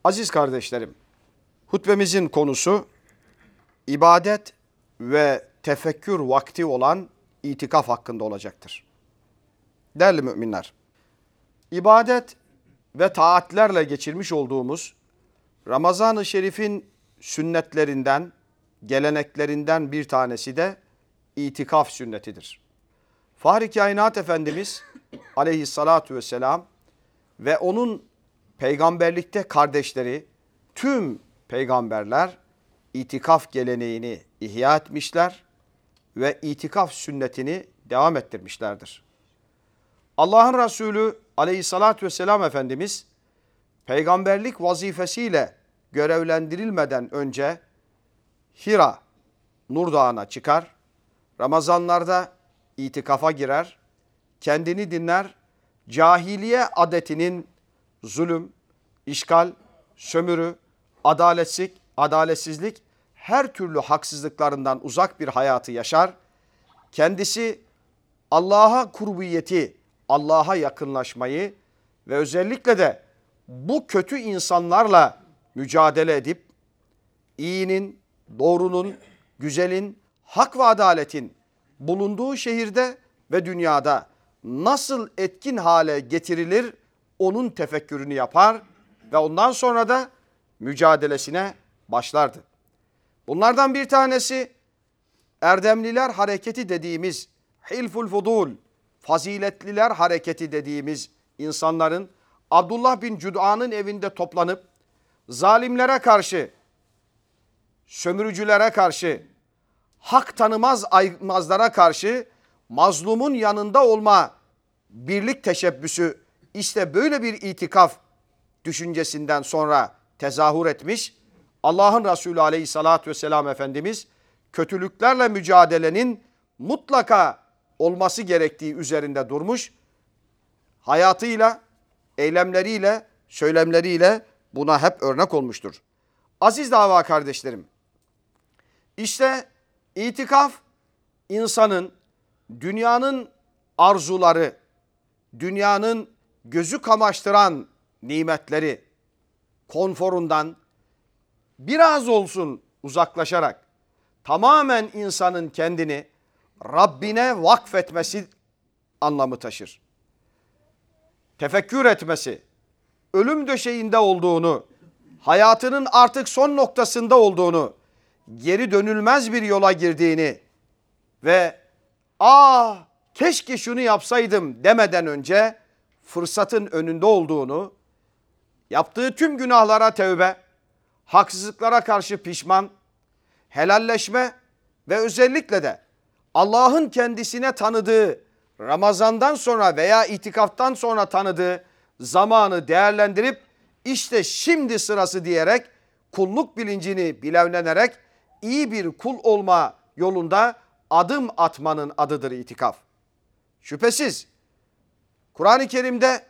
Aziz kardeşlerim, hutbemizin konusu ibadet ve tefekkür vakti olan itikaf hakkında olacaktır. Değerli müminler, ibadet ve taatlerle geçirmiş olduğumuz Ramazan-ı Şerif'in sünnetlerinden, geleneklerinden bir tanesi de itikaf sünnetidir. Fahri Kainat Efendimiz aleyhissalatu vesselam ve onun peygamberlikte kardeşleri, tüm peygamberler itikaf geleneğini ihya etmişler ve itikaf sünnetini devam ettirmişlerdir. Allah'ın Resulü aleyhissalatü vesselam Efendimiz peygamberlik vazifesiyle görevlendirilmeden önce Hira, Nur Dağı'na çıkar, Ramazanlarda itikafa girer, kendini dinler, cahiliye adetinin zulüm, işgal, sömürü, adaletsizlik, her türlü haksızlıklarından uzak bir hayatı yaşar. Kendisi Allah'a kurbiyeti, Allah'a yakınlaşmayı ve özellikle de bu kötü insanlarla mücadele edip iyinin, doğrunun, güzelin, hak ve adaletin bulunduğu şehirde ve dünyada nasıl etkin hale getirilir onun tefekkürünü yapar ve ondan sonra da mücadelesine başlardı. Bunlardan bir tanesi Erdemliler Hareketi dediğimiz, Hilful Fudul, faziletliler hareketi dediğimiz insanların Abdullah bin Cüd'an'ın evinde toplanıp zalimlere karşı, sömürücülere karşı, hak tanımaz aymazlara karşı mazlumun yanında olma birlik teşebbüsü, işte böyle bir itikaf düşüncesinden sonra tezahür etmiş. Allah'ın Resulü aleyhissalatü vesselam Efendimiz kötülüklerle mücadelenin mutlaka olması gerektiği üzerinde durmuş. Hayatıyla, eylemleriyle, söylemleriyle buna hep örnek olmuştur. Aziz dava kardeşlerim, işte itikaf insanın dünyanın arzuları, dünyanın gözü kamaştıran nimetleri, konforundan biraz olsun uzaklaşarak tamamen insanın kendini Rabbine vakfetmesi anlamı taşır. Tefekkür etmesi, ölüm döşeğinde olduğunu, hayatının artık son noktasında olduğunu, geri dönülmez bir yola girdiğini ve keşke şunu yapsaydım demeden önce fırsatın önünde olduğunu, yaptığı tüm günahlara tevbe, haksızlıklara karşı pişman, helalleşme ve özellikle de Allah'ın kendisine tanıdığı, Ramazan'dan sonra veya itikaftan sonra tanıdığı zamanı değerlendirip işte şimdi sırası diyerek kulluk bilincini bilevlenerek iyi bir kul olma yolunda adım atmanın adıdır itikaf. Şüphesiz Kur'an-ı Kerim'de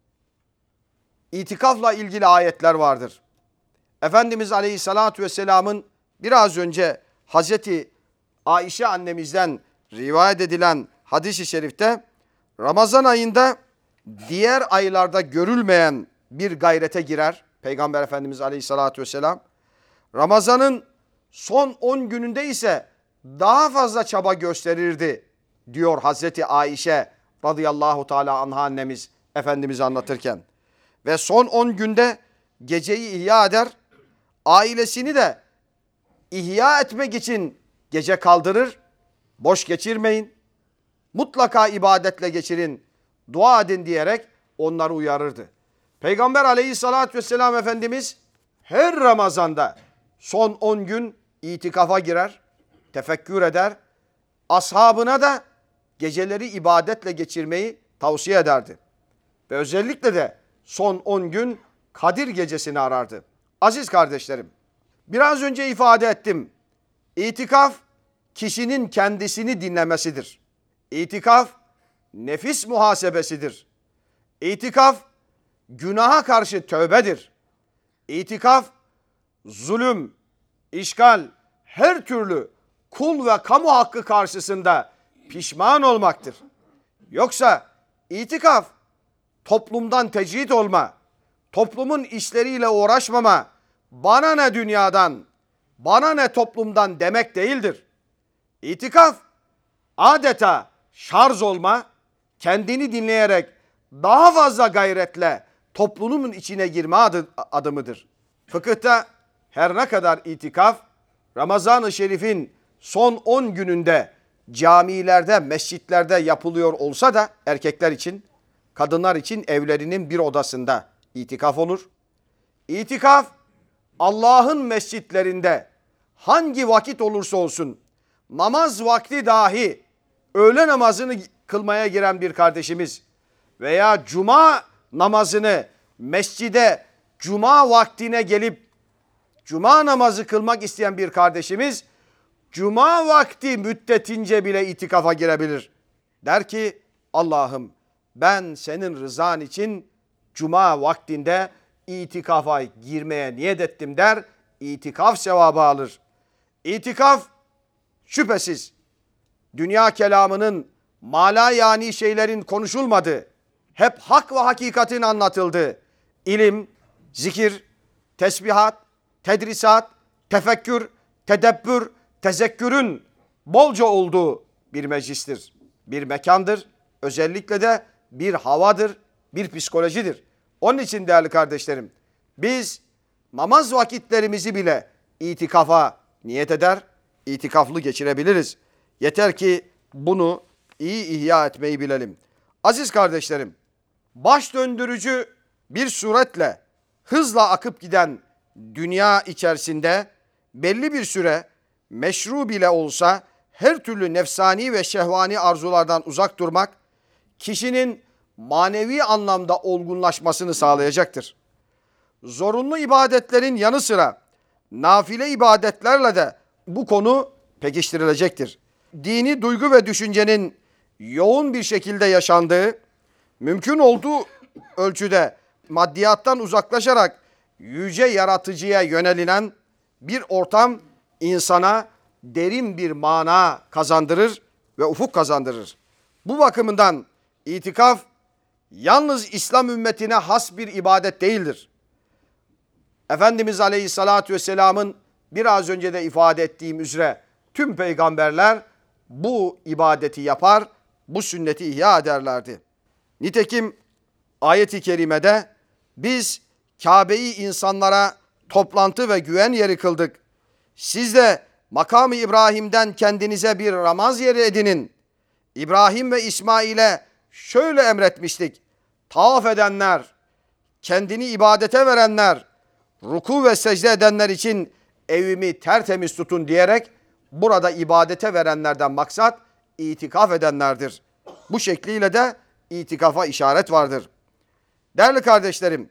itikafla ilgili ayetler vardır. Efendimiz Aleyhisselatü Vesselam'ın biraz önce Hazreti Ayşe annemizden rivayet edilen hadis-i şerifte Ramazan ayında diğer aylarda görülmeyen bir gayrete girer Peygamber Efendimiz Aleyhisselatü Vesselam. Ramazan'ın son 10 gününde ise daha fazla çaba gösterirdi diyor Hazreti Ayşe radıyallahu teala anha annemiz Efendimiz anlatırken. Ve son 10 günde geceyi ihya eder, ailesini de ihya etmek için gece kaldırır, boş geçirmeyin, mutlaka ibadetle geçirin, dua edin diyerek onları uyarırdı. Peygamber aleyhissalatü vesselam Efendimiz her Ramazan'da son 10 gün itikafa girer, tefekkür eder, ashabına da geceleri ibadetle geçirmeyi tavsiye ederdi. Ve özellikle de son 10 gün Kadir gecesini arardı. Aziz kardeşlerim, biraz önce ifade ettim. İtikaf kişinin kendisini dinlemesidir. İtikaf nefis muhasebesidir. İtikaf günaha karşı tövbedir. İtikaf zulüm, işgal, her türlü kul ve kamu hakkı karşısında pişman olmaktır. Yoksa itikaf toplumdan tecrit olma, toplumun işleriyle uğraşmama, bana ne dünyadan, bana ne toplumdan demek değildir. İtikaf adeta şarj olma, kendini dinleyerek daha fazla gayretle toplumun içine girme adımıdır. Fıkıhta her ne kadar itikaf Ramazan-ı Şerif'in son 10 gününde camilerde, mescitlerde yapılıyor olsa da erkekler için, kadınlar için evlerinin bir odasında itikaf olur. İtikaf Allah'ın mescitlerinde hangi vakit olursa olsun, namaz vakti dahi öğle namazını kılmaya giren bir kardeşimiz veya cuma namazını mescide cuma vaktine gelip cuma namazı kılmak isteyen bir kardeşimiz cuma vakti müddetince bile itikafa girebilir. Der ki Allah'ım ben senin rızan için cuma vaktinde itikafa girmeye niyet ettim der. İtikaf sevabı alır. İtikaf şüphesiz dünya kelamının mala yani şeylerin konuşulmadığı, hep hak ve hakikatin anlatıldığı, ilim, zikir, tesbihat, tedrisat, tefekkür, tedebbür, tezekkürün bolca olduğu bir meclistir. Bir mekandır. Özellikle de bir havadır, bir psikolojidir. Onun için değerli kardeşlerim, biz namaz vakitlerimizi bile itikafa niyet eder, itikaflı geçirebiliriz. Yeter ki bunu iyi ihya etmeyi bilelim. Aziz kardeşlerim, baş döndürücü bir suretle hızla akıp giden dünya içerisinde belli bir süre meşru bile olsa her türlü nefsani ve şehvani arzulardan uzak durmak kişinin manevi anlamda olgunlaşmasını sağlayacaktır. Zorunlu ibadetlerin yanı sıra nafile ibadetlerle de bu konu pekiştirilecektir. Dini duygu ve düşüncenin yoğun bir şekilde yaşandığı, mümkün olduğu ölçüde maddiyattan uzaklaşarak yüce yaratıcıya yönelilen bir ortam insana derin bir mana kazandırır ve ufuk kazandırır. Bu bakımından itikaf yalnız İslam ümmetine has bir ibadet değildir. Efendimiz Aleyhisselatü Vesselam'ın biraz önce de ifade ettiğim üzere tüm peygamberler bu ibadeti yapar, bu sünneti ihya ederlerdi. Nitekim ayet-i kerimede biz Kabe'yi insanlara toplantı ve güven yeri kıldık. Siz de makam-ı İbrahim'den kendinize bir ramaz yeri edinin. İbrahim ve İsmail'e şöyle emretmiştik. Tavaf edenler, kendini ibadete verenler, ruku ve secde edenler için evimi tertemiz tutun diyerek burada ibadete verenlerden maksat itikaf edenlerdir. Bu şekliyle de itikafa işaret vardır. Değerli kardeşlerim,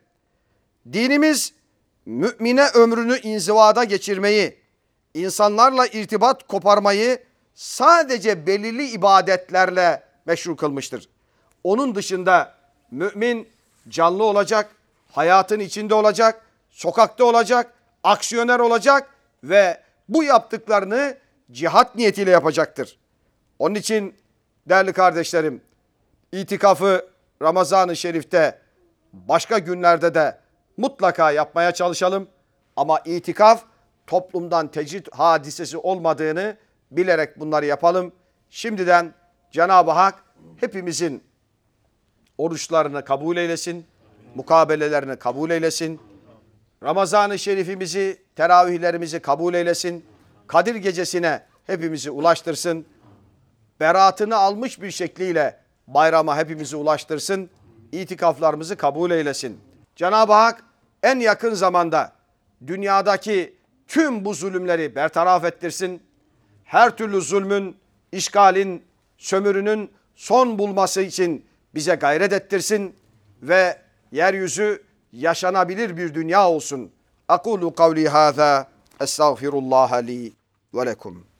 dinimiz mümine ömrünü inzivada geçirmeyi, insanlarla irtibat koparmayı sadece belirli ibadetlerle meşru kılmıştır. Onun dışında mümin canlı olacak, hayatın içinde olacak, sokakta olacak, aksiyoner olacak ve bu yaptıklarını cihat niyetiyle yapacaktır. Onun için değerli kardeşlerim, itikafı Ramazan-ı Şerif'te başka günlerde de mutlaka yapmaya çalışalım. Ama itikaf toplumdan tecrit hadisesi olmadığını bilerek bunları yapalım. Şimdiden Cenab-ı Hak hepimizin oruçlarını kabul eylesin, mukabelelerini kabul eylesin. Ramazan-ı Şerifimizi, teravihlerimizi kabul eylesin. Kadir gecesine hepimizi ulaştırsın. Beratını almış bir şekliyle bayrama hepimizi ulaştırsın. İtikaflarımızı kabul eylesin. Cenab-ı Hak en yakın zamanda dünyadaki tüm bu zulümleri bertaraf ettirsin. Her türlü zulmün, işgalin, sömürünün son bulması için bize gayret ettirsin ve yeryüzü yaşanabilir bir dünya olsun. Aqulu kavli hâzâ estağfirullah li ve lekum.